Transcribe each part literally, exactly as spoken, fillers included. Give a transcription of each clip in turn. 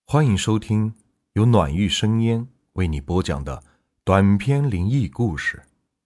欢迎收听由暖玉生烟为你播讲的短篇灵异故事。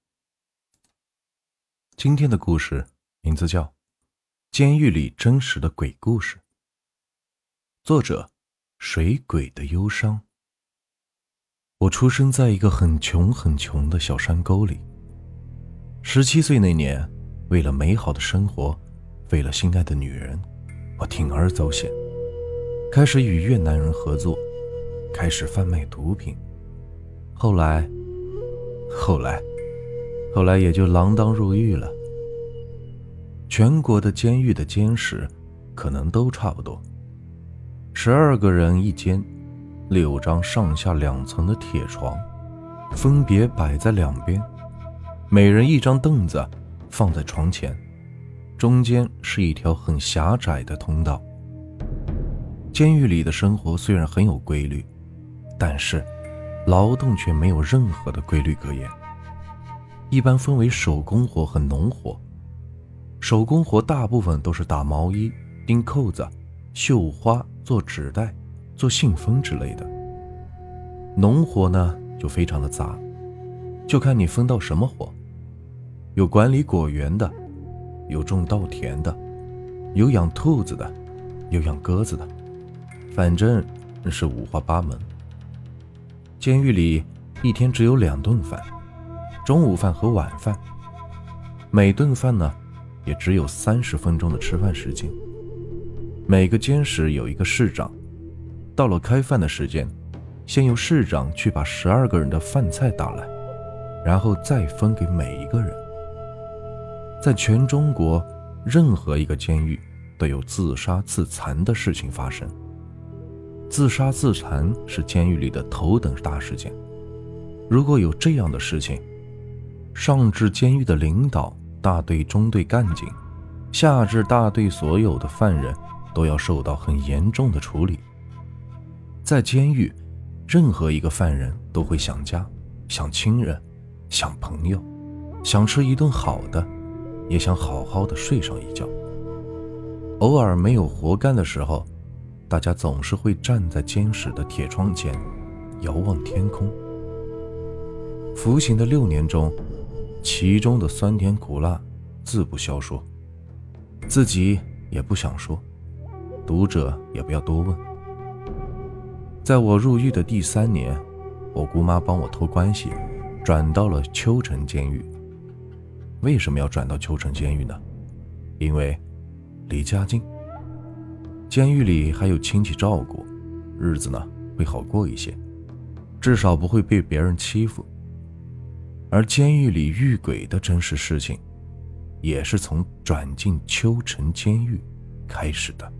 今天的故事名字叫《监狱里真实的鬼故事》，作者水鬼的忧伤。我出生在一个很穷很穷的小山沟里。十七岁那年，为了美好的生活，为了心爱的女人，我铤而走险，开始与越南人合作，开始贩卖毒品。后来后来后来也就锒铛入狱了。全国的监狱的监室可能都差不多，十二个人一间，六张上下两层的铁床，分别摆在两边，每人一张凳子放在床前，中间是一条很狭窄的通道。监狱里的生活虽然很有规律，但是劳动却没有任何的规律可言。一般分为手工活和农活。手工活大部分都是打毛衣、钉扣子、绣花、做纸袋、做信封之类的。农活呢就非常的杂，就看你分到什么活。有管理果园的，有种稻田的，有养兔子的，有养鸽子的，反正是五花八门。监狱里一天只有两顿饭，中午饭和晚饭。每顿饭呢也只有三十分钟的吃饭时间。每个监室有一个室长，到了开饭的时间，先由室长去把十二个人的饭菜打来，然后再分给每一个人。在全中国任何一个监狱都有自杀自残的事情发生。自杀自残是监狱里的头等大事件。如果有这样的事情，上至监狱的领导、大队、中队干警，下至大队所有的犯人都要受到很严重的处理。在监狱，任何一个犯人都会想家、想亲人、想朋友，想吃一顿好的，也想好好的睡上一觉。偶尔没有活干的时候，大家总是会站在监室的铁窗前，遥望天空。服刑的六年中，其中的酸甜苦辣自不消说，自己也不想说，读者也不要多问。在我入狱的第三年，我姑妈帮我托关系，转到了秋城监狱。为什么要转到秋城监狱呢？因为离家近，监狱里还有亲戚照顾，日子呢会好过一些，至少不会被别人欺负。而监狱里遇鬼的真实事情，也是从转进秋城监狱开始的。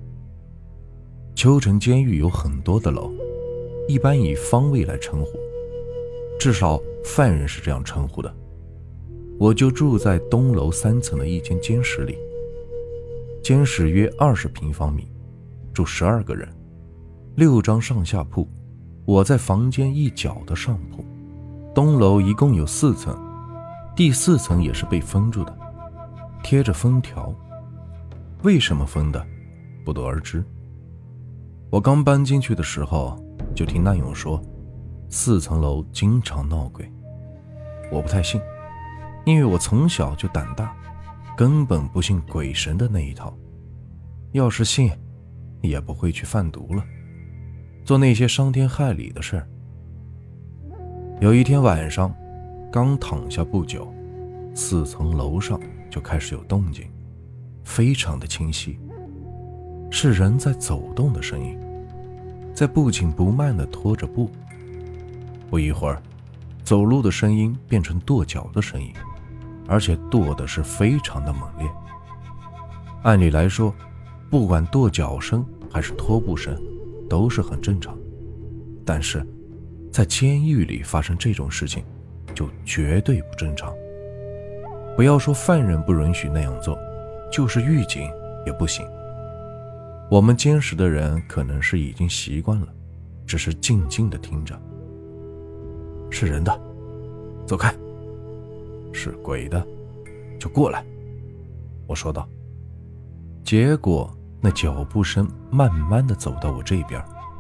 秋城监狱有很多的楼，一般以方位来称呼，至少犯人是这样称呼的。我就住在东楼三层的一间监室里，监室约二十平方米，住十二个人，六张上下铺，我在房间一角的上铺。东楼一共有四层，第四层也是被封住的，贴着封条。为什么封的，不得而知。我刚搬进去的时候，就听难勇说，四层楼经常闹鬼。我不太信，因为我从小就胆大，根本不信鬼神的那一套。要是信，也不会去贩毒了，做那些伤天害理的事儿。有一天晚上，刚躺下不久，四层楼上就开始有动静，非常的清晰，是人在走动的声音，在不紧不慢地拖着步。不一会儿，走路的声音变成跺脚的声音，而且跺的是非常的猛烈。按理来说，不管跺脚声还是拖步声都是很正常，但是在监狱里发生这种事情就绝对不正常。不要说犯人不允许那样做，就是狱警也不行。我们监室的人可能是已经习惯了，只是静静地听着。是人的，走开；是鬼的，就过来。我说道。结果那脚步声慢慢地走到我这边，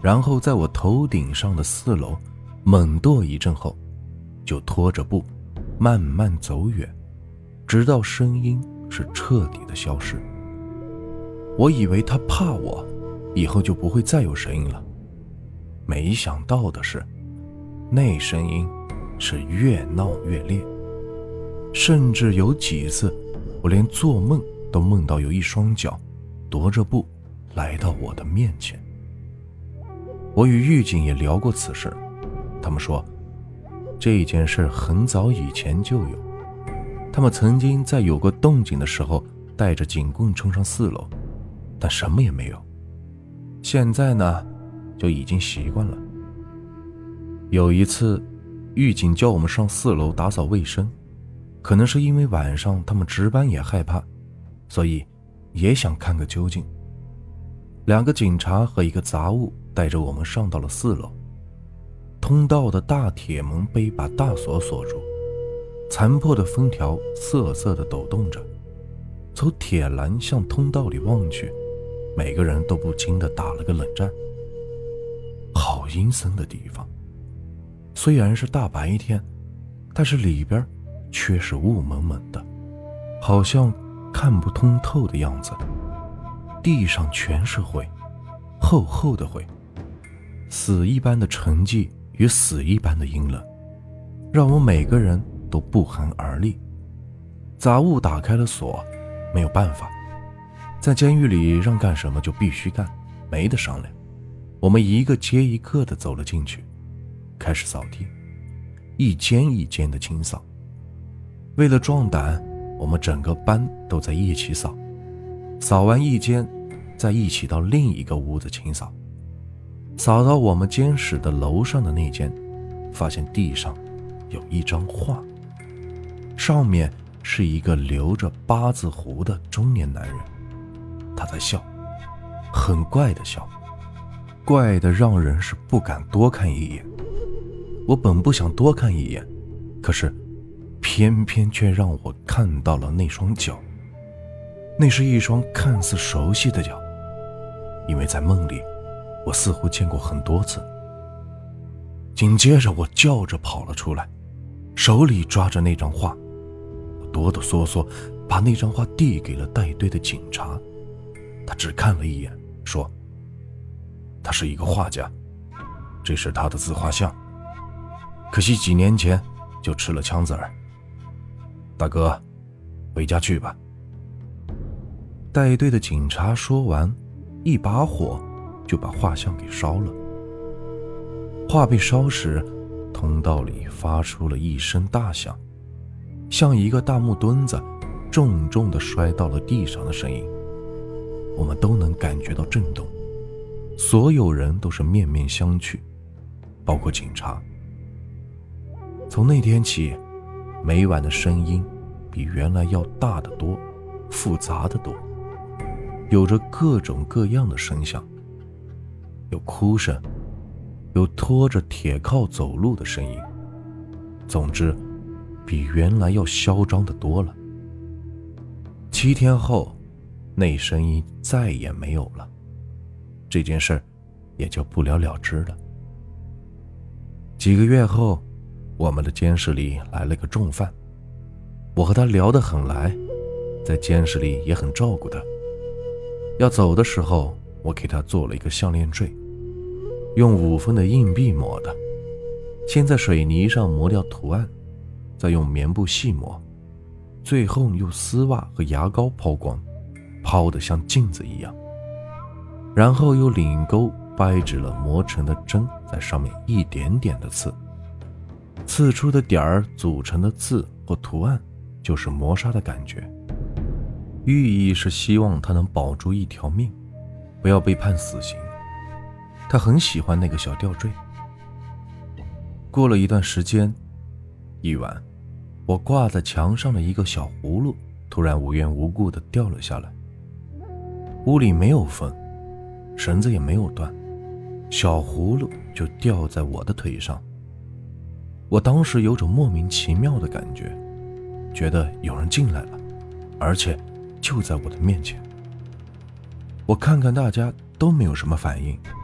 然后在我头顶上的四楼猛跺一阵后，就拖着步慢慢走远，直到声音是彻底的消失。我以为他怕我以后就不会再有声音了，没想到的是，那声音是越闹越烈，甚至有几次我连做梦都梦到有一双脚踱着步来到我的面前。我与狱警也聊过此事，他们说这件事很早以前就有，他们曾经在有过动静的时候带着警棍冲上四楼，但什么也没有。现在呢，就已经习惯了。有一次，狱警叫我们上四楼打扫卫生，可能是因为晚上他们值班也害怕，所以也想看个究竟。两个警察和一个杂物带着我们上到了四楼。通道的大铁门被一把大锁锁住，残破的封条瑟瑟地抖动着。从铁栏向通道里望去，每个人都不禁地打了个冷战。好阴森的地方，虽然是大白天，但是里边却是雾蒙蒙的，好像看不通透的样子。地上全是灰，厚厚的灰，死一般的沉寂与死一般的阴冷，让我每个人都不寒而栗。杂物打开了锁，没有办法，在监狱里让干什么就必须干，没得商量。我们一个接一个的走了进去，开始扫地，一间一间的清扫。为了壮胆，我们整个班都在一起扫，扫完一间再一起到另一个屋子清扫。扫到我们监室的楼上的那间，发现地上有一张画，上面是一个留着八字胡的中年男人，他在笑，很怪的笑，怪的让人是不敢多看一眼。我本不想多看一眼，可是偏偏却让我看到了那双脚。那是一双看似熟悉的脚，因为在梦里我似乎见过很多次。紧接着我叫着跑了出来，手里抓着那张画，我哆哆嗦嗦把那张画递给了带队的警察。他只看了一眼，说他是一个画家，这是他的自画像，可惜几年前就吃了枪子儿。大哥，回家去吧。带队的警察说完，一把火就把画像给烧了。画被烧时，通道里发出了一声大响，像一个大木墩子重重地摔到了地上的声音。我们都能感觉到震动，所有人都是面面相觑，包括警察。从那天起，每晚的声音比原来要大得多，复杂得多，有着各种各样的声响，有哭声，有拖着铁铐走路的声音，总之比原来要嚣张得多了。七天后，那声音再也没有了，这件事也就不了了之了。几个月后，我们的监室里来了个重犯，我和他聊得很来，在监室里也很照顾他。要走的时候，我给他做了一个项链坠，用五分的硬币磨的，先在水泥上磨掉图案，再用棉布细磨，最后用丝袜和牙膏抛光，抛得像镜子一样，然后用领钩掰直了磨成的针，在上面一点点的刺，刺出的点儿组成的字或图案就是磨砂的感觉，寓意是希望他能保住一条命，不要被判死刑。他很喜欢那个小吊坠。过了一段时间，一晚，我挂在墙上的一个小葫芦突然无缘无故地掉了下来。屋里没有风，绳子也没有断，小葫芦就掉在我的腿上。我当时有种莫名其妙的感觉，觉得有人进来了，而且就在我的面前。我看看大家都没有什么反应，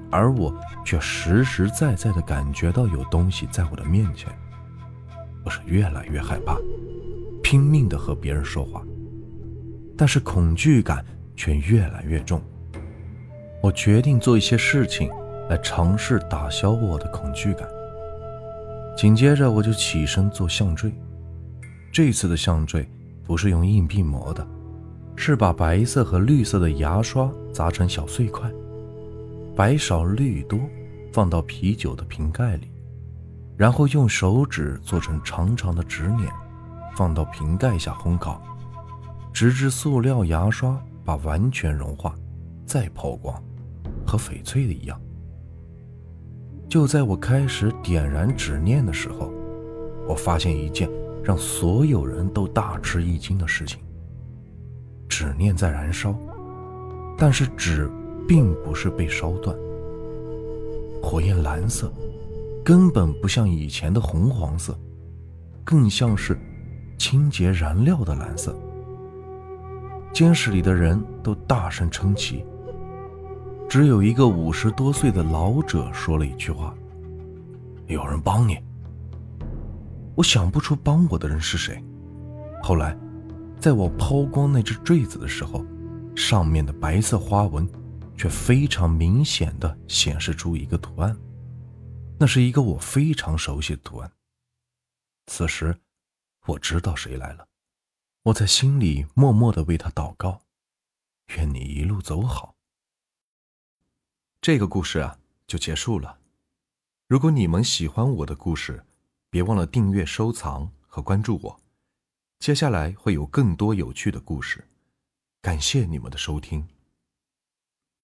而我却实实在在地感觉到有东西在我的面前。我是越来越害怕，拼命地和别人说话，但是恐惧感却越来越重。我决定做一些事情来尝试打消我的恐惧感。紧接着我就起身做项坠。这次的项坠不是用硬币磨的，是把白色和绿色的牙刷砸成小碎块，白少绿多放到啤酒的瓶盖里，然后用手指做成长长的指捻，放到瓶盖下烘烤，直至塑料牙刷把完全融化，再抛光，和翡翠的一样。就在我开始点燃纸念的时候，我发现一件让所有人都大吃一惊的事情。纸念在燃烧，但是纸并不是被烧断，火焰蓝色，根本不像以前的红黄色，更像是清洁燃料的蓝色。监室里的人都大声称奇，只有一个五十多岁的老者说了一句话：有人帮你。我想不出帮我的人是谁。后来在我抛光那只坠子的时候，上面的白色花纹却非常明显地显示出一个图案，那是一个我非常熟悉的图案。此时我知道谁来了，我在心里默默地为他祷告，愿你一路走好。这个故事啊就结束了。如果你们喜欢我的故事，别忘了订阅、收藏和关注我。接下来会有更多有趣的故事，感谢你们的收听。